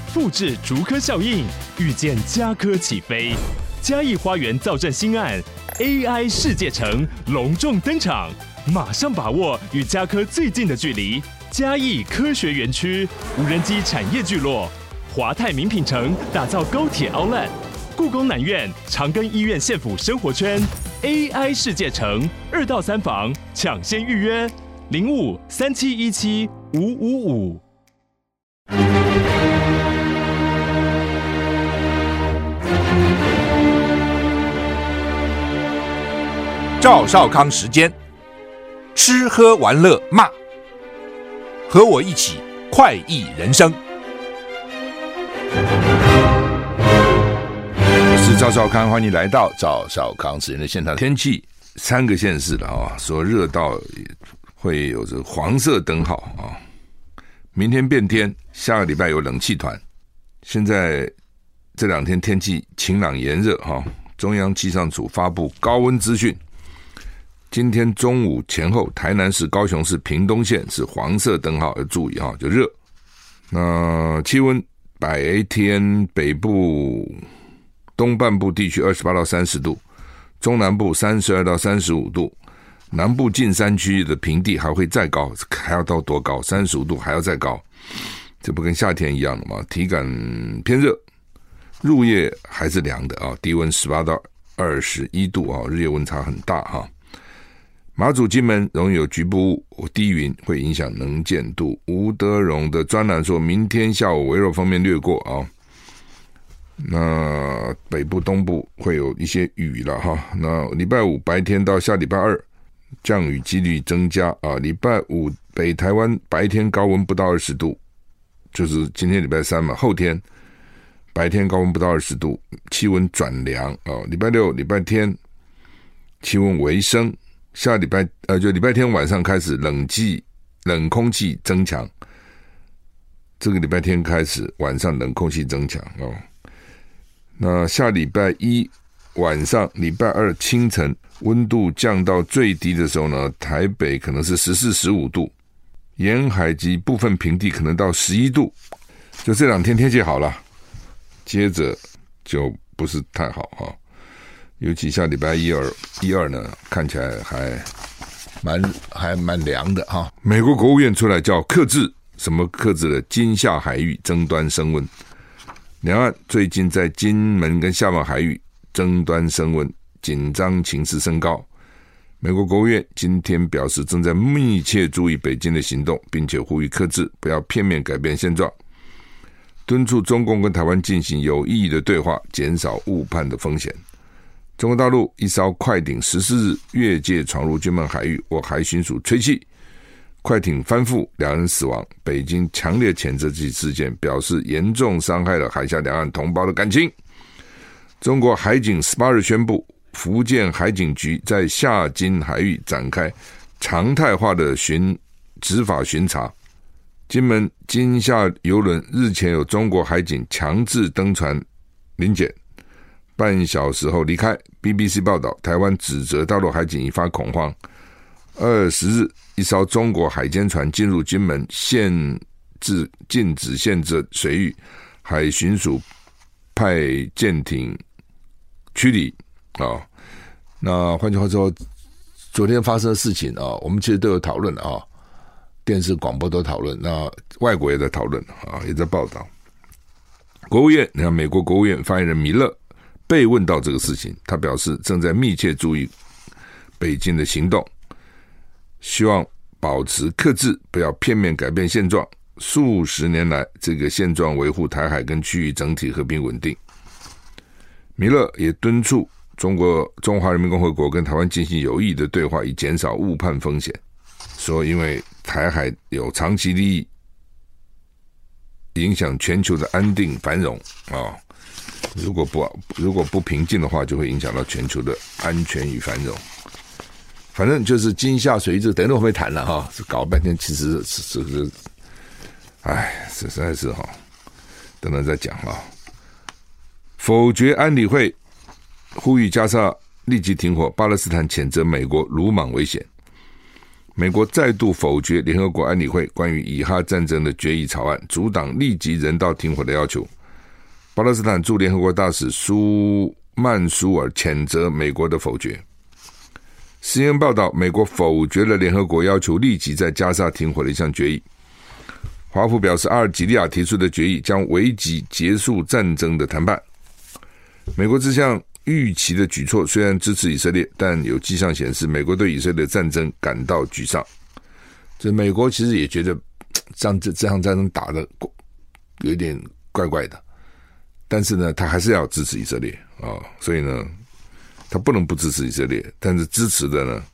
复制竹科效应，预见家科起飞。嘉义花园造镇新案 AI 世界城隆重登场，马上把握与家科最近的距离。嘉义科学园区无人机产业聚落，华泰名品城打造高铁 Outlet， 故宫南院长庚医院县府生活圈 AI 世界城2到3房抢先预约0537175555。 赵少康时间，吃喝玩乐骂，和我一起快意人生。我是赵少康，欢迎来到赵少康时间的现场。天气3个县市了啊，说热到会有着黄色灯号啊。明天变天，下个礼拜有冷气团。现在这2天天气晴朗炎热哈，中央气象署发布高温资讯。今天中午前后，台南市、高雄市、屏东县是黄色灯号，要注意哈，就热。那气温白天北部东半部地区28到30度，中南部32到35度，南部近山区的平地还会再高，还要到多高？35度还要再高，这不跟夏天一样的吗？体感偏热，入夜还是凉的啊，低温18到21度啊，日夜温差很大哈。马祖、金门容易有局部雾、低云，会影响能见度。吴德荣的专栏说，明天下午微弱锋面掠过啊。那北部、东部会有一些雨了哈。那礼拜5白天到下礼拜2降雨几率增加啊。礼拜5北台湾白天高温不到20度，就是今天礼拜3嘛，后天白天高温不到20度，气温转凉啊。礼拜6、礼拜天气温微升。下礼拜就礼拜天晚上开始冷空气增强，这个礼拜天开始晚上冷空气增强哦。那下礼拜1晚上、礼拜2清晨温度降到最低的时候呢，台北可能是14、15度，沿海及部分平地可能到11度。就这2天天气好了，接着就不是太好哈。尤其下礼拜一二呢，看起来还蛮凉的哈。美国国务院出来叫克制，什么克制了？金厦海域争端升温，两岸最近在金门跟厦门海域争端升温，紧张情势升高。美国国务院今天表示，正在密切注意北京的行动，并且呼吁克制，不要片面改变现状，敦促中共跟台湾进行有意义的对话，减少误判的风险。中国大陆一艘快艇14日越界闯入金门海域，我海巡署吹气，快艇翻覆，2人死亡。北京强烈谴责这起事件，表示严重伤害了海峡两岸同胞的感情。中国海警18日宣布，福建海警局在厦金海域展开常态化的执法巡查。金门金厦邮轮日前有中国海警强制登船临检，半小时后离开。BBC 报道，台湾指责大陆海警引发恐慌。20日，一艘中国海监船进入金门禁止限制水域，海巡署派舰艇驱离啊。那换句话说，昨天发生的事情啊，我们其实都有讨论啊，电视、广播都讨论，那外国也在讨论啊，也在报道。国务院，你看美国国务院发言人米勒被问到这个事情，他表示正在密切注意北京的行动，希望保持克制，不要片面改变现状。数十年来，这个现状维护台海跟区域整体和平稳定。米勒也敦促中华人民共和国跟台湾进行有意义的对话，以减少误判风险。说因为台海有长期利益，影响全球的安定繁荣啊。如果不平静的话，就会影响到全球的安全与繁荣。反正就是金厦水域，这等一会会谈了哈，搞了半天，其实是这实在是哈，等等再讲啊。否决安理会呼吁加沙立即停火，巴勒斯坦谴责美国鲁莽危险。 美国再度否决联合国安理会关于以哈战争的决议草案，阻挡立即人道停火的要求。巴勒斯坦驻联合国大使苏曼苏尔谴责美国的否决。CNN 报道，美国否决了联合国要求立即在加沙停火的一项决议。华府表示，阿尔及利亚提出的决议将危及结束战争的谈判。美国这项预期的举措虽然支持以色列，但有迹象显示美国对以色列的战争感到沮丧。这美国其实也觉得这场战争打得有点怪怪的，但是呢他还是要支持以色列所以呢他不能不支持以色列，但是支持的呢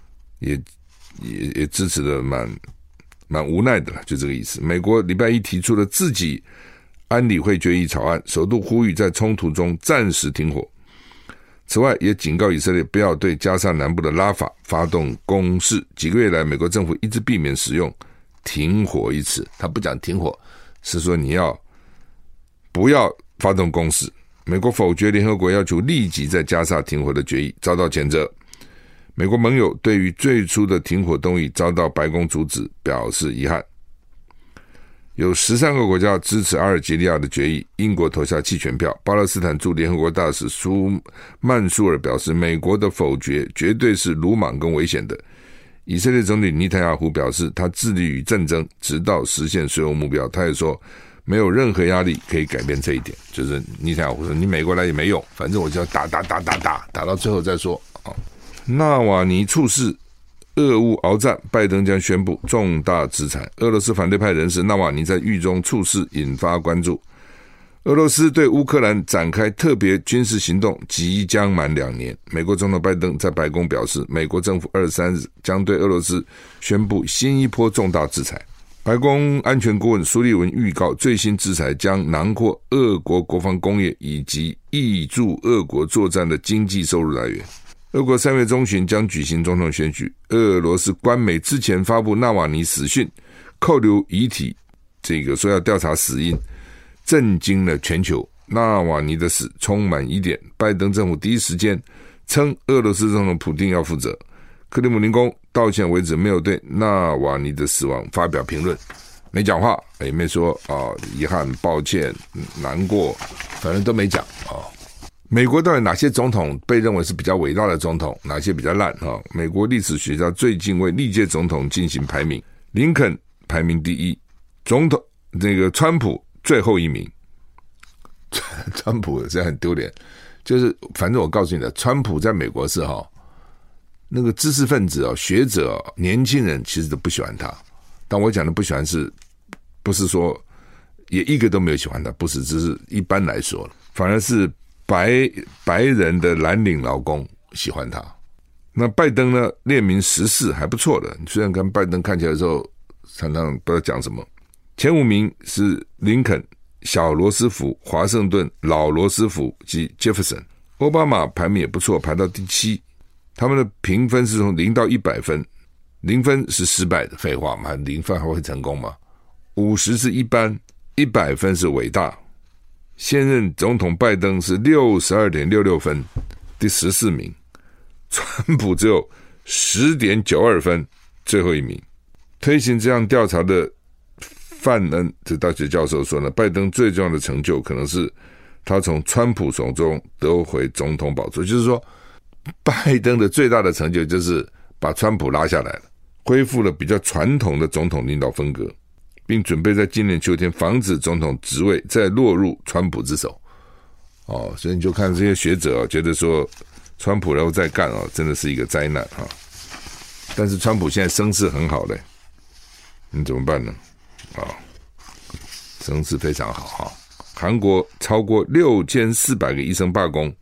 也支持的蛮无奈的了，就这个意思。美国礼拜一提出了自己安理会决议草案，首度呼吁在冲突中暂时停火。此外，也警告以色列不要对加沙南部的拉法发动攻势。几个月来，美国政府一直避免使用停火一词，他不讲停火，是说你不要发动攻势。美国否决联合国要求立即在加沙停火的决议，遭到谴责。美国盟友对于最初的停火动议遭到白宫阻止表示遗憾。有13个国家支持阿尔及利亚的决议，英国投下弃权票。巴勒斯坦驻联合国大使苏曼苏尔表示，美国的否决绝对是鲁莽跟危险的。以色列总理尼坦雅胡表示，他致力于战争，直到实现所有目标。他也说，没有任何压力可以改变这一点。就是尼坦雅胡说，你美国来也没用，反正我就要打到最后再说。纳瓦尼猝死，俄乌鏖战，拜登将宣布重大制裁。俄罗斯反对派人士纳瓦尼在狱中猝死引发关注。俄罗斯对乌克兰展开特别军事行动即将满2年。美国总统拜登在白宫表示，美国政府23日将对俄罗斯宣布新一波重大制裁。白宫安全顾问苏利文预告，最新制裁将囊括俄国国防工业以及挹注俄国作战的经济收入来源。俄国3月中旬将举行总统选举，俄罗斯官媒之前发布纳瓦尼死讯，扣留遗体，说要调查死因，震惊了全球。纳瓦尼的死充满疑点，拜登政府第一时间称俄罗斯总统普丁要负责。克里姆林宫到现在为止没有对纳瓦尼的死亡发表评论，没讲话，也没说遗憾、抱歉、难过，反正都没讲美国到底哪些总统被认为是比较伟大的总统，哪些比较烂美国历史学家最近为历届总统进行排名，林肯排名第一，总统川普最后一名。川普这很丢脸，就是反正我告诉你的，川普在美国是那个知识分子学者年轻人其实都不喜欢他，但我讲的不喜欢不是说也一个都没有喜欢他，不是，只是一般来说，反而是白人的蓝领劳工喜欢他。那拜登呢，列名14还不错的，虽然跟拜登看起来的时候常常不知道讲什么。前5名是林肯、小罗斯福、华盛顿、老罗斯福及杰弗森。奥巴马排名也不错，排到第7。他们的评分是从0到100分，0分是失败的，废话嘛，0分还会成功吗？50是一般，100分是伟大。现任总统拜登是 62.66 分，第14名。川普只有 10.92 分，最后一名。推行这样调查的范恩这大学教授说呢，拜登最重要的成就可能是他从川普手中得回总统宝座，就是说拜登的最大的成就就是把川普拉下来了，恢复了比较传统的总统领导风格，并准备在今年秋天防止总统职位再落入川普之手。所以你就看这些学者觉得说川普然后再干真的是一个灾难但是川普现在声势很好嘞，你怎么办呢？声势非常好韩国超过6400个医生罢工，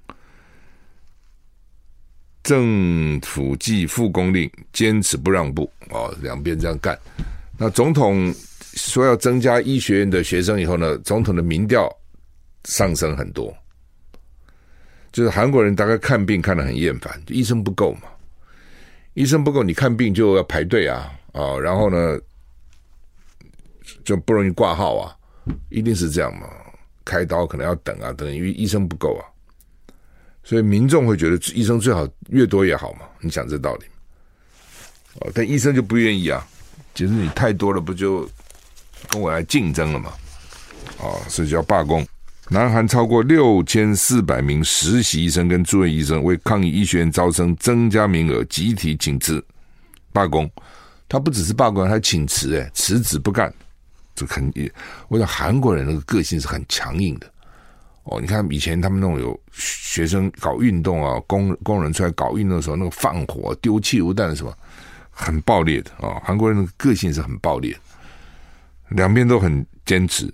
政府继复工令，坚持不让步两边这样干。那总统说要增加医学院的学生以后呢，总统的民调上升很多，就是韩国人大概看病看得很厌烦，就医生不够嘛，医生不够，你看病就要排队然后呢就不容易挂号一定是这样嘛，开刀可能要等因为医生不够所以民众会觉得医生最好越多越好嘛，你想这道理。 但医生就不愿意啊，就是你太多了，不就跟我来竞争了嘛？所以就要罢工。南韩超过6400名实习医生跟住院医生为抗议医学院招生增加名额，集体请辞罢工。他不只是罢工，他请辞，辞职不干。这我想韩国人那个个性是很强硬的。你看以前他们那种有学生搞运动啊，工人出来搞运动的时候，那个放火、丢汽油弹什么，很暴烈的韩国人的个性是很暴烈的，两边都很坚持。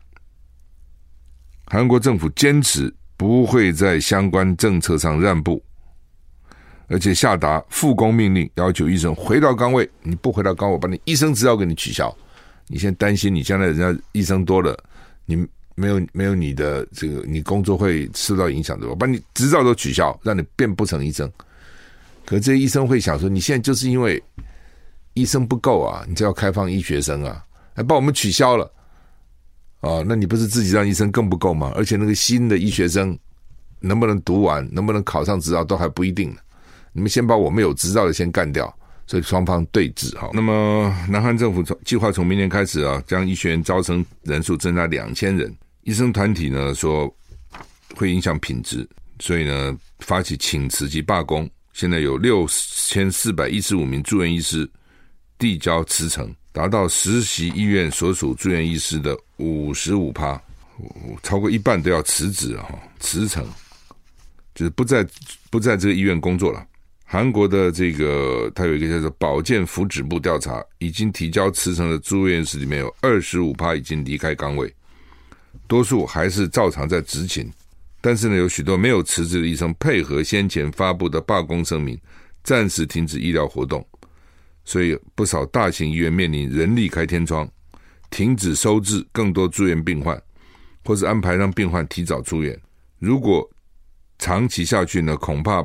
韩国政府坚持不会在相关政策上让步，而且下达复工命令，要求医生回到岗位。你不回到岗位，我把你医生执照给你取消。你现在担心你将来人家医生多了，你没有你的这个，你工作会受到影响的。我把你执照都取消，让你变不成医生。可是这些医生会想说，你现在就是因为医生不够啊，你就要开放医学生啊，还把我们取消了。那你不是自己让医生更不够吗？而且那个新的医学生能不能读完，能不能考上执照都还不一定呢。你们先把我们有执照的先干掉，所以双方对峙。那么南韩政府计划从明年开始将医学院招生人数增加2000人。医生团体呢说会影响品质，所以呢发起请辞及罢工。现在有6415名住院医师递交辞呈，达到实习医院所属住院医师的 55%， 超过一半都要辞职辞呈，就是不在这个医院工作了。韩国的这个它有一个叫做保健福祉部调查，已经提交辞呈的住院医师里面有 25% 已经离开岗位，多数还是照常在执勤。但是呢，有许多没有辞职的医生配合先前发布的罢工声明，暂时停止医疗活动。所以不少大型医院面临人力开天窗，停止收治更多住院病患，或是安排让病患提早出院。如果长期下去呢，恐怕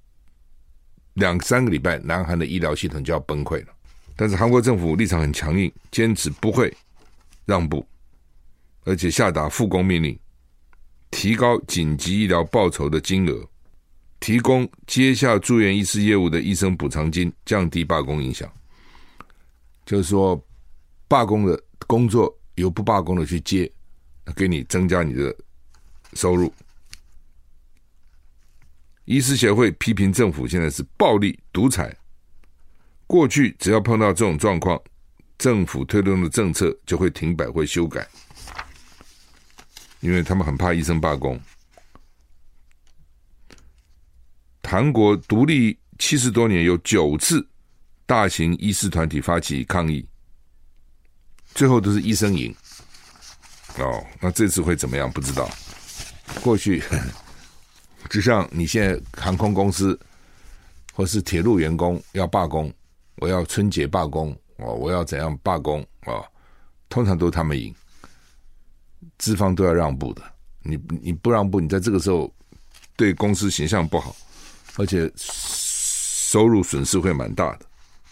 2-3个礼拜南韩的医疗系统就要崩溃了。但是韩国政府立场很强硬，坚持不会让步，而且下达复工命令，提高紧急医疗报酬的金额，提供接下住院医师业务的医生补偿金，降低罢工影响。就是说罢工的工作由不罢工的去接，给你增加你的收入。医师协会批评政府现在是暴力独裁，过去只要碰到这种状况，政府推动的政策就会停摆或修改，因为他们很怕医生罢工。韩国独立70多年，有9次大型医师团体发起抗议，最后都是医生赢。那这次会怎么样不知道。过去就像你现在航空公司或是铁路员工要罢工，我要春节罢工，我要怎样罢工，通常都是他们赢，资方都要让步的。你不让步，你在这个时候对公司形象不好，而且收入损失会蛮大的。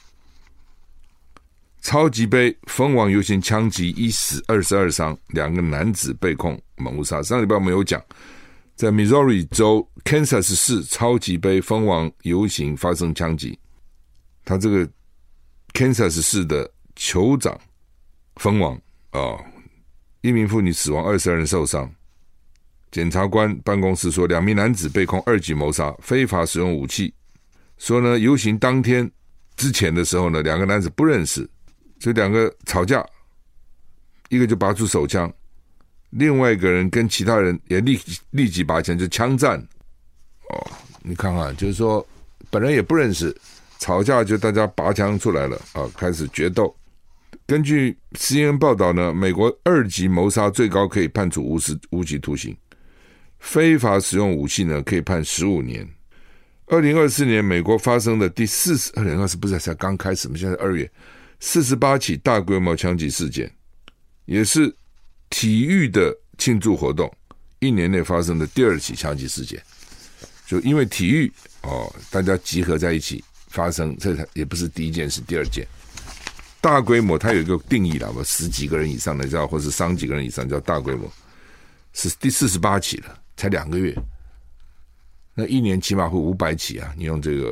超级杯封王游行枪击，1死22伤，2个男子被控谋杀。上礼拜我们有讲，在 Missouri 州 Kansas 市超级杯封王游行发生枪击，他这个 Kansas 市的酋长封王一名妇女死亡，22人受伤。检察官办公室说，2名男子被控2级谋杀，非法使用武器。说呢，游行当天之前的时候呢，2个男子不认识，所以2个吵架，一个就拔出手枪，另外一个人跟其他人也立即拔枪，就枪战。你看看，就是说本人也不认识，吵架就大家拔枪出来了开始决斗。根据 CNN 报道呢，美国2级谋杀最高可以判处无期徒刑，非法使用武器呢可以判15年。2024年美国发生的2024不是才刚开始吗？现在2月48起大规模枪击事件，也是体育的庆祝活动1年内发生的第2起枪击事件。就因为体育大家集合在一起发生，这也不是第一件，是第2件。大规模它有一个定义啦，10几个人以上的叫，或是伤几个人以上叫大规模，是第48起了，才2个月。那1年起码会500起啊！你用这个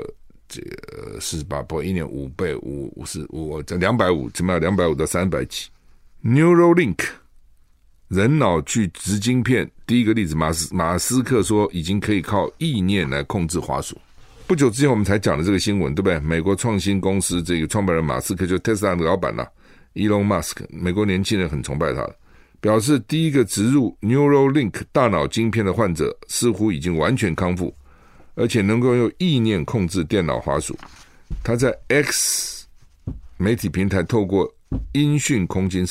这个48波，一年5倍，55，这250，怎么样？250到300起。Neuralink 人脑去植晶片，第一个例子，马斯克说已经可以靠意念来控制滑鼠。不久之前我们才讲的这个新闻，对不对？美国创新公司这个创办人马斯克，就 Tesla 的老板啦，Elon Musk， 美国年轻人很崇拜他的，表示第一个植入 Neuralink 大脑晶片的患者似乎已经完全康复，而且能够用意念控制电脑滑鼠。他在 X 媒体平台透过音讯空间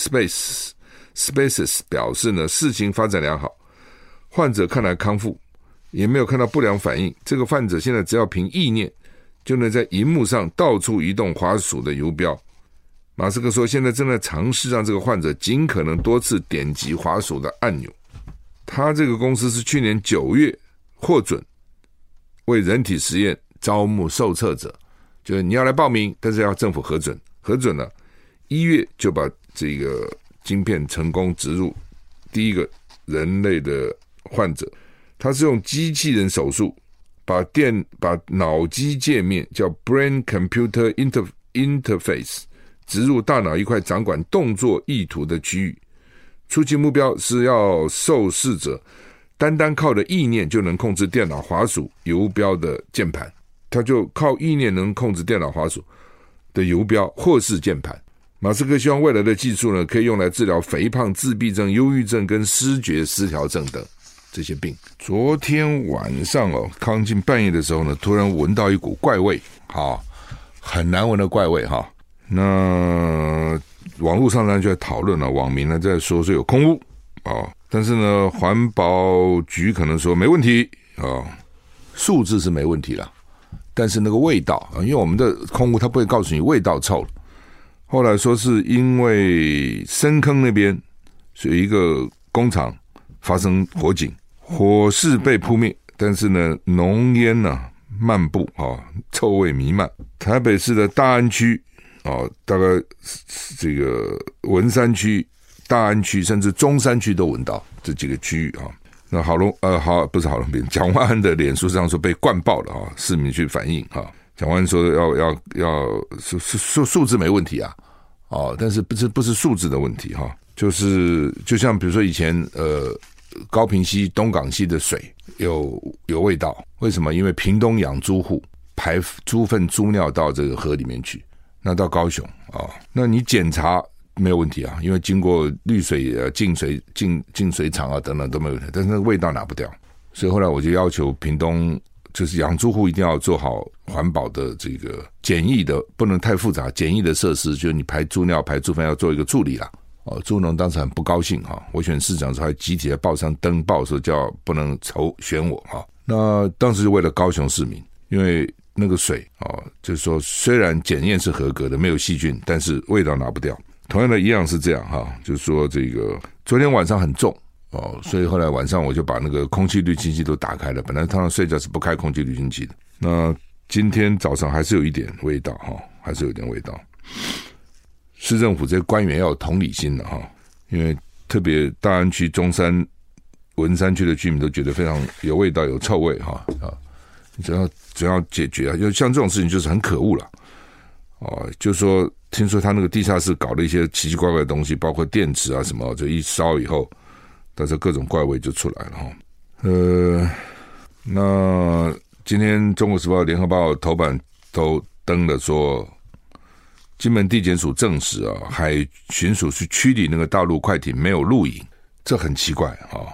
Spaces 表示呢，事情发展良好，患者看来康复，也没有看到不良反应。这个患者现在只要凭意念就能在荧幕上到处移动滑鼠的游标。马斯克说现在正在尝试让这个患者尽可能多次点击滑鼠的按钮。他这个公司是去年9月获准为人体实验招募受测者，就是你要来报名，但是要政府核准了，1月就把这个晶片成功植入第一个人类的患者。他是用机器人手术把脑机界面叫 Brain Computer Interface 植入大脑一块掌管动作意图的区域。初期目标是要受试者单靠的意念就能控制电脑滑鼠游标的键盘，他就靠意念能控制电脑滑鼠的游标或是键盘。马斯克希望未来的技术呢，可以用来治疗肥胖、自闭症、忧郁症跟思觉失调症等这些病。昨天晚上靠近半夜的时候呢，突然闻到一股怪味，很难闻的怪味哈。那网络上呢就在讨论了，网民呢在说是有空污但是呢环保局可能说没问题数字是没问题了，但是那个味道因为我们的空污它不会告诉你味道臭了。后来说是因为深坑那边是有一个工厂发生火警，火势被扑灭，但是呢浓烟漫步臭味弥漫。台北市的大安区大概这个文山区、大安区甚至中山区都闻到这几个区域那不是郝龙斌，蒋万安的脸书上说被灌爆了市民去反映蒋万安说要数字没问题但是不是数字的问题就像比如说以前高屏溪、东港溪的水有味道，为什么？因为屏东养猪户排猪粪、猪尿到这个河里面去，那到高雄那你检查没有问题因为经过滤水净水厂等等都没有问题，但是那个味道拿不掉，所以后来我就要求屏东就是养猪户一定要做好环保的这个简易的，不能太复杂，简易的设施，就是你排猪尿、排猪粪要做一个处理啦。猪农当时很不高兴我选市长的时候还集体在报上登报说叫不能选我那当时就为了高雄市民，因为那个水就是说虽然检验是合格的，没有细菌，但是味道拿不掉。同样的一样是这样就是说这个昨天晚上很重所以后来晚上我就把那个空气滤清器都打开了，本来常常睡觉是不开空气滤清器的。那今天早上还是有一点味道还是有点味道。市政府这些官员要有同理心的因为特别大安区、中山、文山区的居民都觉得非常有味道、有臭味只要解决就像这种事情就是很可恶了就是说听说他那个地下室搞了一些奇奇怪怪的东西，包括电池什么，就一烧以后但是各种怪味就出来了那今天中国时报、联合报头版都登了说金门地检署证实海巡署去驱离那个大陆快艇没有录影，这很奇怪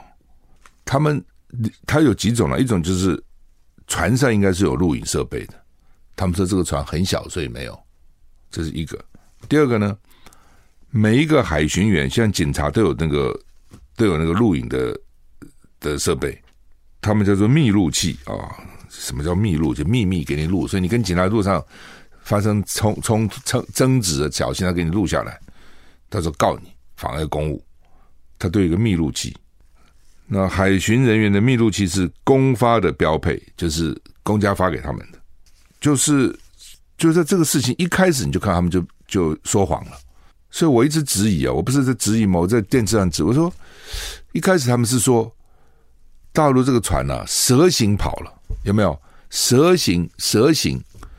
他有几种一种就是船上应该是有录影设备的，他们说这个船很小所以没有，这是一个。第二个呢，每一个海巡员像警察都有那个录影的设备，他们叫做密录器什么叫密录？就秘密给你录，所以你跟警察路上发生争执的小心他给你录下来，他说告你妨碍公务，他都有一个密录器。那海巡人员的密录器是公发的标配，就是公家发给他们的，就是在这个事情一开始你就看他们就说谎了。所以我一直质疑我不是在质疑我在电视上质疑，我说一开始他们是说大陆这个船蛇形跑了，有没有蛇形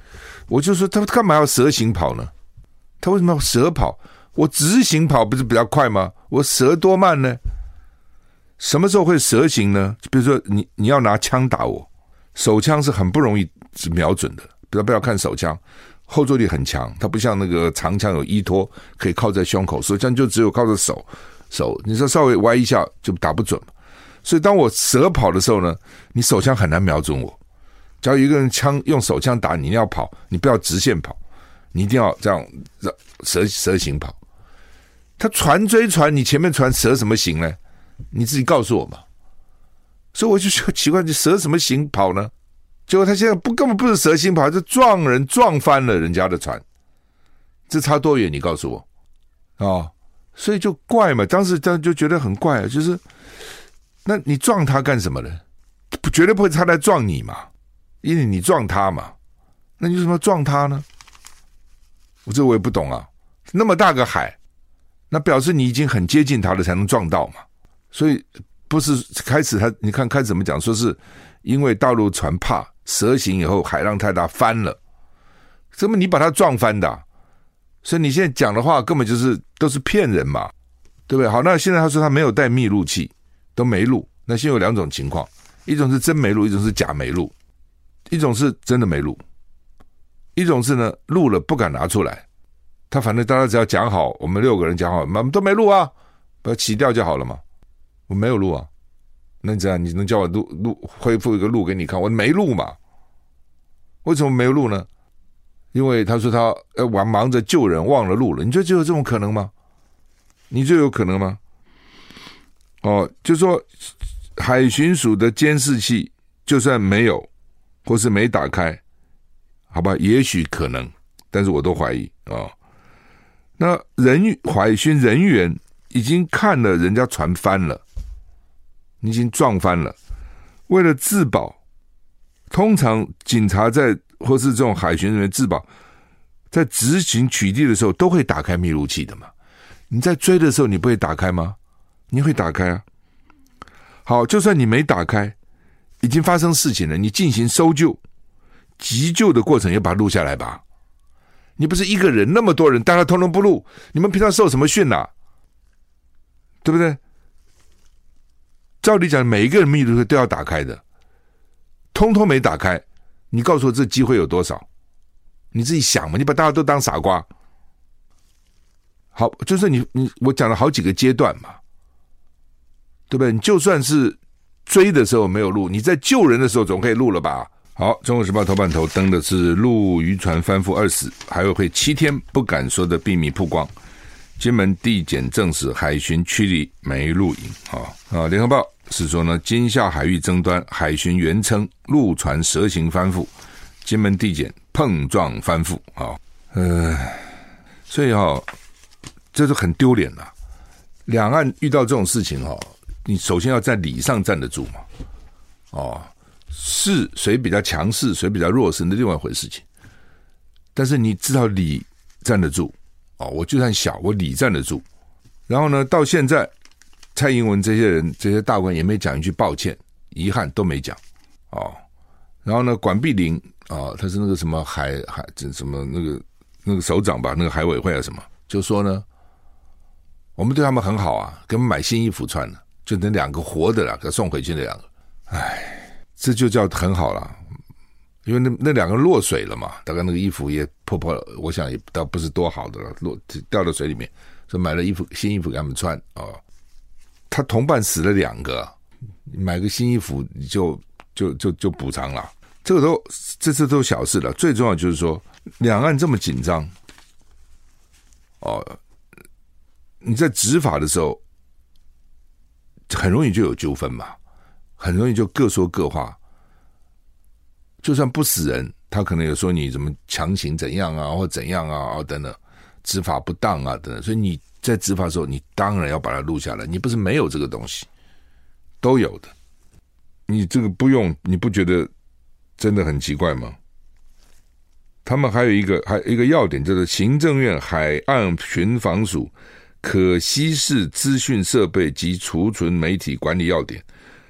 我就说他干嘛要蛇行跑呢？他为什么要蛇跑？我直行跑不是比较快吗？我蛇多慢呢？什么时候会蛇行呢？比如说你要拿枪打我，手枪是很不容易瞄准的，不要看手枪，后坐力很强，它不像那个长枪有依托可以靠在胸口，手枪就只有靠着手，你说稍微歪一下就打不准。所以当我蛇跑的时候呢，你手枪很难瞄准我。假如一个人用手枪打你，你要跑，你不要直线跑，你一定要这样蛇形跑。他船追船，你前面船蛇什么形呢？你自己告诉我嘛。所以我就觉得奇怪，你蛇什么形跑呢？结果他现在根本不是蛇形跑，就撞翻了人家的船，这差多远？你告诉我所以就怪嘛。当时就觉得很怪，就是那你撞他干什么呢？绝对不会他来撞你嘛，因为你撞他嘛，那你为什么要撞他呢？我也不懂啊。那么大个海，那表示你已经很接近他了才能撞到嘛。所以不是开始你看开始怎么讲，说是因为大陆船怕蛇行以后海浪太大翻了，怎么你把它撞翻的所以你现在讲的话根本都是骗人嘛，对不对？好，那现在他说他没有带密录器，都没录。那现在有两种情况，一种是真没录，一种是假没录。一种是真的没录，一种是呢录了不敢拿出来。他反正大家只要讲好，我们6个人讲好，我们都没录啊，把它起掉就好了嘛。我没有录啊，那你这样你能叫我录恢复一个录给你看？我没录嘛。为什么没有录呢？因为他说他忙着救人忘了录了。你觉得就有这种可能吗？你觉得有可能吗？就是说海巡署的监视器就算没有或是没打开，好吧，也许可能，但是我都怀疑那海巡人员已经看了人家船翻了，已经撞翻了，为了自保，通常警察或是这种海巡人员自保，在执行取缔的时候都会打开密录器的嘛。你在追的时候你不会打开吗？你会打开啊。好，就算你没打开，已经发生事情了，你进行搜救急救的过程也把它录下来吧。你不是一个人，那么多人大家通通不录，你们平常受什么训啊？对不对？照理讲每一个人密录都要打开的，通通没打开，你告诉我这机会有多少？你自己想嘛，你把大家都当傻瓜。好，就是我讲了好几个阶段嘛，对不对？你就算是追的时候没有录，你在救人的时候总可以录了吧？好，《中国时报》头版头登的是陆渔船翻覆2死，还有会7天不敢说的秘密曝光。金门地检证实海巡驱离没录影联合报是说呢，金厦海域争端，海巡员称陆船蛇行翻覆，金门地检碰撞翻覆所以这是很丢脸啦。两岸遇到这种事情你首先要在理上站得住嘛是谁比较强势谁比较弱势那另外一回事情，但是你至少理站得住我就算小我理站得住。然后呢到现在蔡英文这些人这些大官也没讲一句抱歉遗憾都没讲然后呢管碧玲他是那个什么什么那个首长吧，那个海委会啊什么，就说呢我们对他们很好啊，给他们买新衣服穿了，就那2个活的啦，给送回去那2个。这就叫很好啦，因为那2个落水了嘛，大概那个衣服也破了，我想也倒不是多好的了，掉到水里面，所以买了新衣服给他们穿他同伴死了2个，买个新衣服就补偿了，这次都小事了。最重要就是说，两岸这么紧张你在执法的时候很容易就有纠纷嘛，很容易就各说各话，就算不死人他可能有说你怎么强行怎样啊或怎样啊等等，执法不当啊等等，所以你在执法的时候你当然要把它录下来，你不是没有这个东西，都有的，你这个不用你不觉得真的很奇怪吗？他们还有一个要点，就是行政院海岸巡防署可稀释资讯设备及储存媒体管理要点，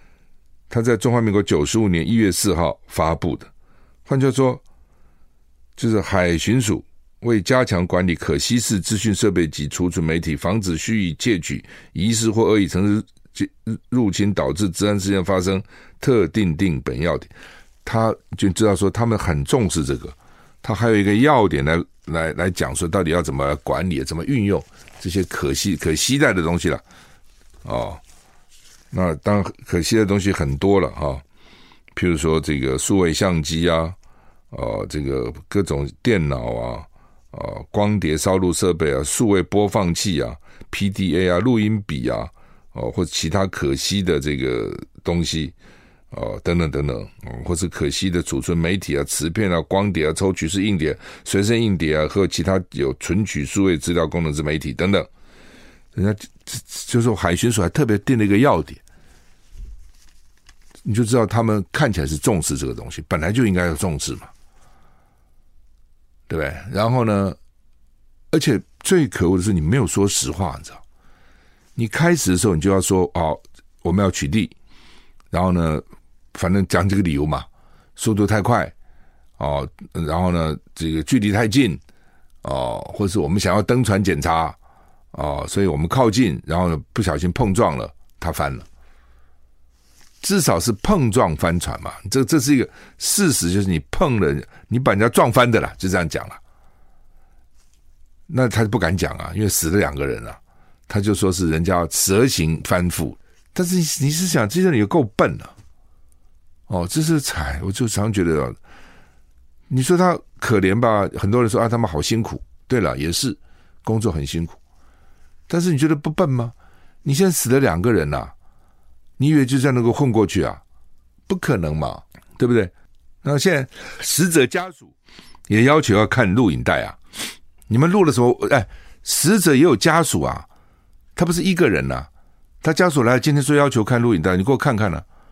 他在中华民国95年1月4号发布的。换句话说， 就是海巡署为加强管理可稀释资讯设备及储存媒体，防止蓄意窃取、遗失或恶意程式入侵导致治安事件发生，特定本要点。他就知道说他们很重视这个，他还有一个要点来讲说到底要怎么管理，怎么运用这些可携带的东西了。那当然可惜的东西很多了譬如说这个数位相机啊，这个各种电脑啊，光碟烧录设备啊，数位播放器啊， PDA 啊，录音笔啊，或者其他可惜的这个东西等等，或是可惜的储存媒体啊，磁片啊，光碟啊，抽取式硬碟、随身硬碟啊，和其他有存取数位资料功能之媒体等等。人家就是海巡署还特别定了一个要点，你就知道他们看起来是重视这个东西，本来就应该要重视嘛，对不对？然后呢，而且最可恶的是你没有说实话，你知道？你开始的时候你就要说我们要取缔，然后呢，反正讲这个理由嘛，速度太快然后呢，这个距离太近或者是我们想要登船检查所以我们靠近，然后呢不小心碰撞了，它翻了。至少是碰撞翻船嘛，这是一个事实，就是你碰了，你把人家撞翻的啦，就这样讲了。那他不敢讲因为死了2个人了，他就说是人家蛇形翻覆。但是你是想这些人也够笨这是我就常觉得你说他可怜吧，很多人说他们好辛苦，对了，也是工作很辛苦，但是你觉得不笨吗？你现在死了2个人你以为就这样能够混过去不可能嘛，对不对？那现在死者家属也要求要看录影带你们录了什么？死者也有家属他不是1个人他家属来今天说要求看录影带，你给我看看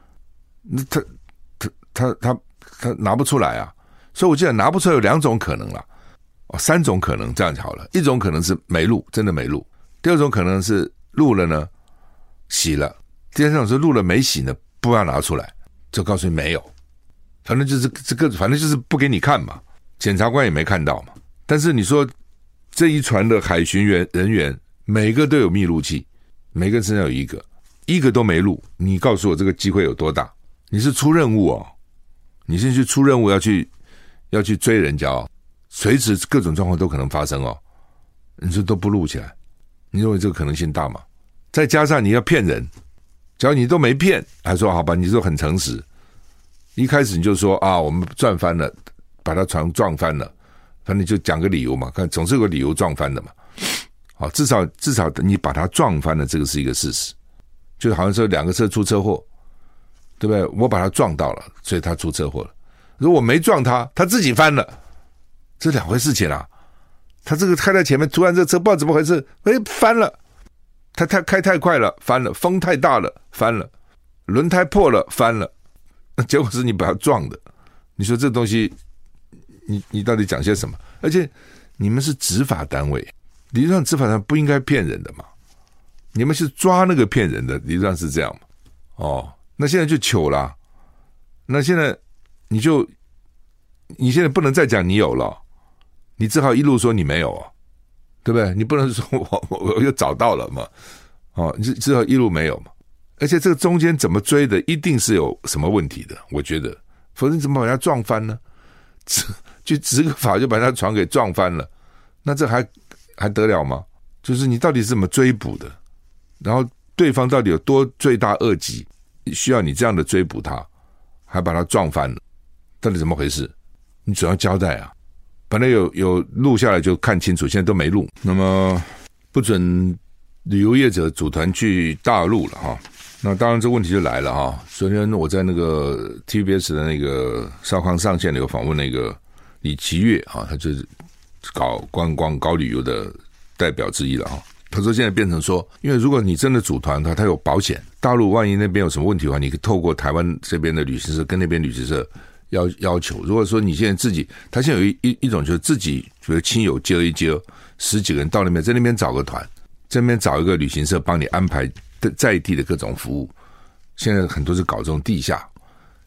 他拿不出来所以我记得拿不出来有2种可能了，3种可能，这样就好了。一种可能是没录，真的没录；第二种可能是录了呢，洗了；第三种是录了没洗呢，不要拿出来，就告诉你没有。反正就是这个，反正就是不给你看嘛，检察官也没看到嘛。但是你说这一船的海巡人员每个都有密录器，每个人身上有一个都没录，你告诉我这个机会有多大？你是出任务你是去出任务要去追人家随时各种状况都可能发生你说都不录起来，你认为这个可能性大吗？再加上你要骗人，只要你都没骗，还说好吧，你说很诚实，一开始你就说我们撞翻了，把他船撞翻了，反正就讲个理由嘛，看总是有个理由撞翻的嘛。至少你把他撞翻了，这个是一个事实，就好像说2个车出车祸，对不对？我把他撞到了，所以他出车祸了。如果我没撞他，他自己翻了，这2回事情他这个开在前面，突然这车不知道怎么回事，翻了。他开太快了，翻了；风太大了，翻了；轮胎破了，翻了。结果是你把他撞的，你说这东西，你到底讲些什么？而且你们是执法单位，理论上执法单位不应该骗人的嘛，你们是抓那个骗人的，理论上是这样嘛。那现在就糗了，那现在你现在不能再讲你有了，你只好一路说你没有对不对？你不能说我又找到了嘛，你只好一路没有嘛。而且这个中间怎么追的，一定是有什么问题的，我觉得，否则你怎么把人家撞翻呢？就执个法就把人家船给撞翻了，那这还得了吗？就是你到底是怎么追捕的，然后对方到底有多罪大恶极，需要你这样的追捕他，还把他撞翻了，到底怎么回事？你总要交代本来有录下来就看清楚，现在都没录。那么不准旅游业者组团去大陆了那当然这问题就来了昨天我在那个 TVBS 的那个少康上线有访问那个李奇岳他就是搞观光搞旅游的代表之一了他说现在变成说，因为如果你真的组团他有保险，大陆万一那边有什么问题的话，你可以透过台湾这边的旅行社跟那边旅行社要求。如果说你现在自己，他现在有一种就是自己比如亲友接一接10几个人到那边，在那边找个团，在那边找一个旅行社帮你安排在地的各种服务。现在很多是搞这种地下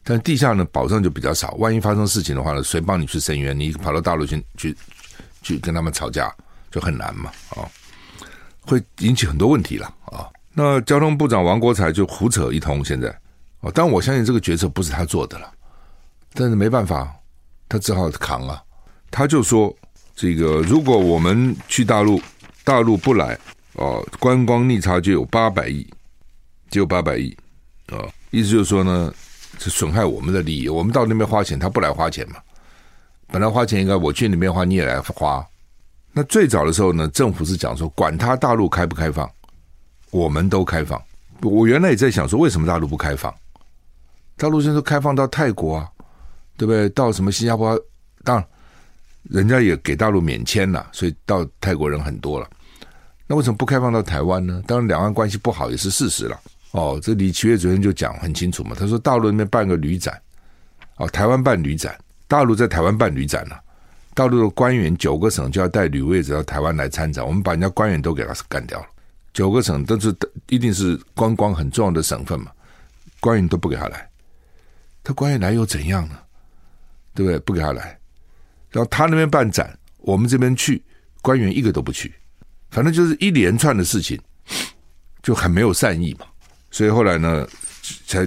但地下呢保障就比较少，万一发生事情的话呢，谁帮你去声援？你跑到大陆去跟他们吵架就很难嘛，会引起很多问题了啊。那交通部长王国材就胡扯一通，现在当然我相信这个决策不是他做的了，但是没办法，他只好扛啊。他就说这个如果我们去大陆不来观光逆差就有800亿，只有800亿意思就是说呢，是损害我们的利益。我们到那边花钱，他不来花钱嘛，本来花钱应该我去那边花，你也来花。那最早的时候呢，政府是讲说管他大陆开不开放，我们都开放。我原来也在想说为什么大陆不开放，大陆现在都开放到泰国啊，对不对？到什么新加坡，当然人家也给大陆免签了，所以到泰国人很多了。那为什么不开放到台湾呢？当然两岸关系不好也是事实了。这李奇岳昨天就讲很清楚嘛，他说大陆那边办个旅展，台湾办旅展，大陆在台湾办旅展了，大陆的官员9个省就要带旅游业者到台湾来参展，我们把人家官员都给他干掉了。9个省都是一定是观光很重要的省份嘛，官员都不给他来，他官员来又怎样呢？对不对？不给他来，然后他那边办展，我们这边去，官员一个都不去，反正就是一连串的事情，就很没有善意嘛。所以后来呢，才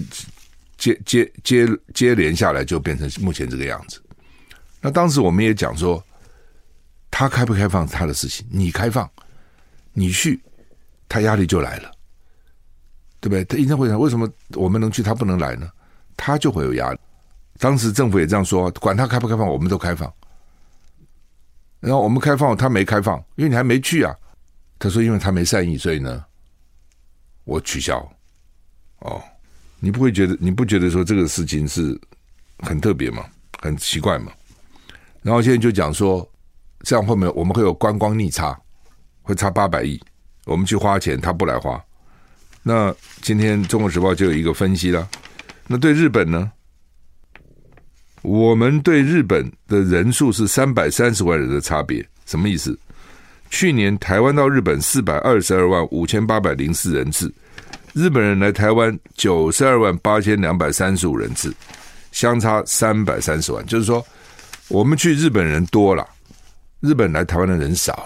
接连下来就变成目前这个样子。那当时我们也讲说，他开不开放是他的事情，你开放，你去，他压力就来了，对不对？他一定会想，为什么我们能去，他不能来呢？他就会有压力。当时政府也这样说，管他开不开放，我们都开放。然后我们开放，他没开放，因为你还没去啊。他说，因为他没善意，所以呢，我取消。你不觉得说这个事情是很特别吗？很奇怪吗？然后现在就讲说，这样后面我们会有观光逆差，会差800亿，我们去花钱，他不来花。那今天《中国时报》就有一个分析了。那对日本呢？我们对日本的人数是330万人的差别，什么意思？去年台湾到日本422万5804人次，日本人来台湾92万8235人次，相差330万，就是说我们去日本人多了，日本来台湾的人少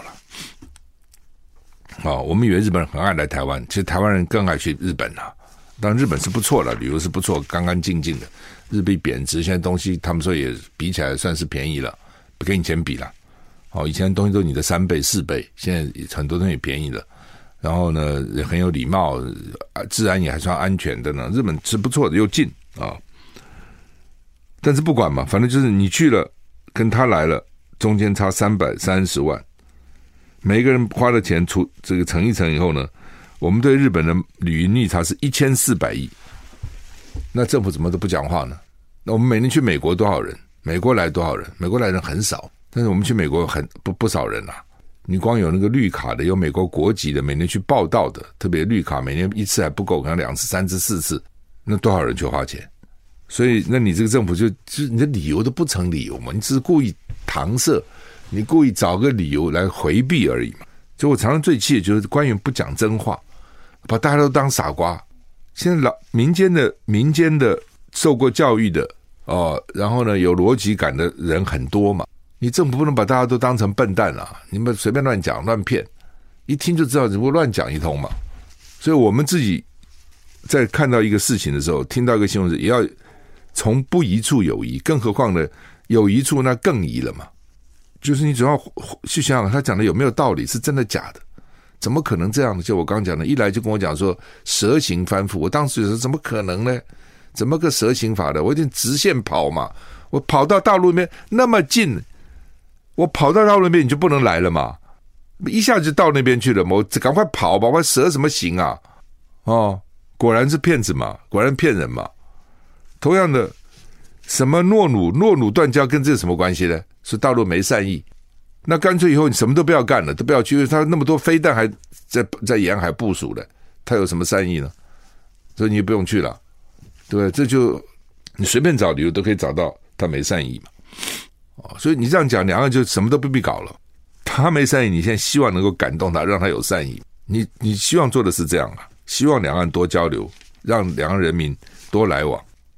了。我们以为日本人很爱来台湾，其实台湾人更爱去日本了。当然日本是不错了，旅游是不错，干干净净的。日币贬值，现在东西他们说也比起来算是便宜了，不跟以前比了。以前东西都你的3倍4倍，现在很多东西便宜了。然后呢，也很有礼貌，治安也还算安全的呢。日本是不错的，又近啊。但是不管嘛，反正就是你去了，跟他来了，中间差330万，每一个人花的钱除这个乘一乘以后呢，我们对日本的旅游逆差是1400亿。那政府怎么都不讲话呢？那我们每年去美国多少人？美国来多少人？美国来人很少，但是我们去美国不少人啊。你光有那个绿卡的，有美国国籍的，每年去报到的，特别绿卡每年1次还不够，可能2次3次4次，那多少人去花钱？所以那你这个政府就你的理由都不成理由嘛，你只是故意搪塞，你故意找个理由来回避而已嘛。就我常常最气的就是官员不讲真话，把大家都当傻瓜。现在民间的受过教育的然后呢有逻辑感的人很多嘛，你政府不能把大家都当成笨蛋啊，你们随便乱讲乱骗，一听就知道只不过乱讲一通嘛。所以我们自己在看到一个事情的时候，听到一个新闻也要从不疑处有疑，更何况呢有疑处那更疑了嘛。就是你总要去想想他讲的有没有道理，是真的假的，怎么可能这样？就我刚讲的，一来就跟我讲说蛇形翻覆，我当时就说怎么可能呢？怎么个蛇形法的？我一定直线跑嘛，我跑到大陆那边那么近，我跑到大陆那边你就不能来了嘛？一下就到那边去了，我赶快跑吧，我蛇什么形啊？果然是骗子嘛，果然骗人嘛。同样的，什么诺鲁断交跟这有什么关系呢？是大陆没善意，那干脆以后你什么都不要干了，都不要去，因为他那么多飞弹还在沿海部署了，他有什么善意呢？所以你也不用去了，对不对？这就你随便找理由都可以找到他没善意嘛。所以你这样讲，两岸就什么都不必搞了。他没善意，你现在希望能够感动他，让他有善意，你希望做的是这样啊，希望两岸多交流，让两岸人民多来往。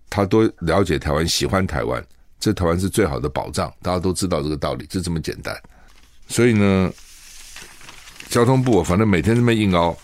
他多了解台湾，喜欢台湾，这台湾是最好的保障，大家都知道这个道理，就这么简单。所以呢，交通部反正每天这么硬凹，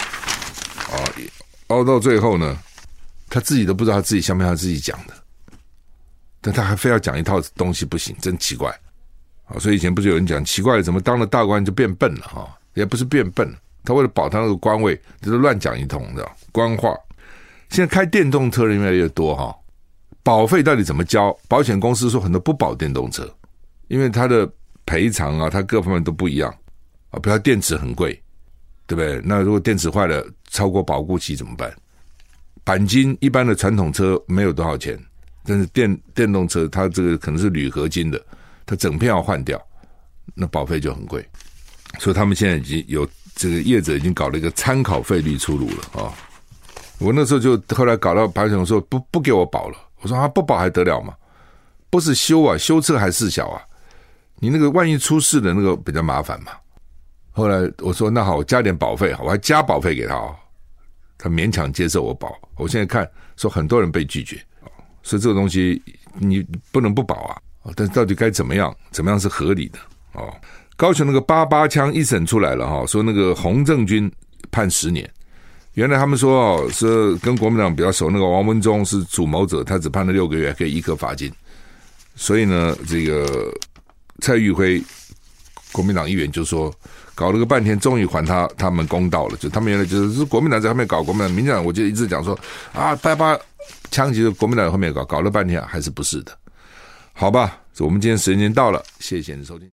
凹到最后呢，他自己都不知道他自己像不像他自己讲的，但他还非要讲一套东西，不行，真奇怪。所以以前不是有人讲奇怪了，怎么当了大官就变笨了也不是变笨，他为了保他那个官位，就是乱讲一通的官话。现在开电动车人越来越多保费到底怎么交？保险公司说很多不保电动车，因为它的赔偿它各方面都不一样比如电池很贵，对不对？那如果电池坏了超过保固期怎么办？钣金一般的传统车没有多少钱，但是电动车它这个可能是铝合金的，它整片要换掉，那保费就很贵。所以他们现在已经有这个业者已经搞了一个参考费率出炉了我那时候就后来搞到保险说不给我保了，我说不保还得了嘛？不是修车还事小你那个万一出事的那个比较麻烦嘛。后来我说那好，我加点保费，我还加保费给他他勉强接受我保。我现在看说很多人被拒绝所以这个东西你不能不保但是到底该怎么样是合理的高雄那个88枪一审出来了说那个洪正军判10年，原来他们说是跟国民党比较熟那个王文忠是主谋者，他只判了6个月，可以1颗罚金。所以呢，这个蔡玉辉国民党议员就说，搞了个半天，终于还他们公道了。就他们原来就是国民党在后面搞，国民党民进党我就一直讲说88枪其实国民党在后面搞了半天还是不是的。好吧，我们今天时间到了，谢谢你的收听。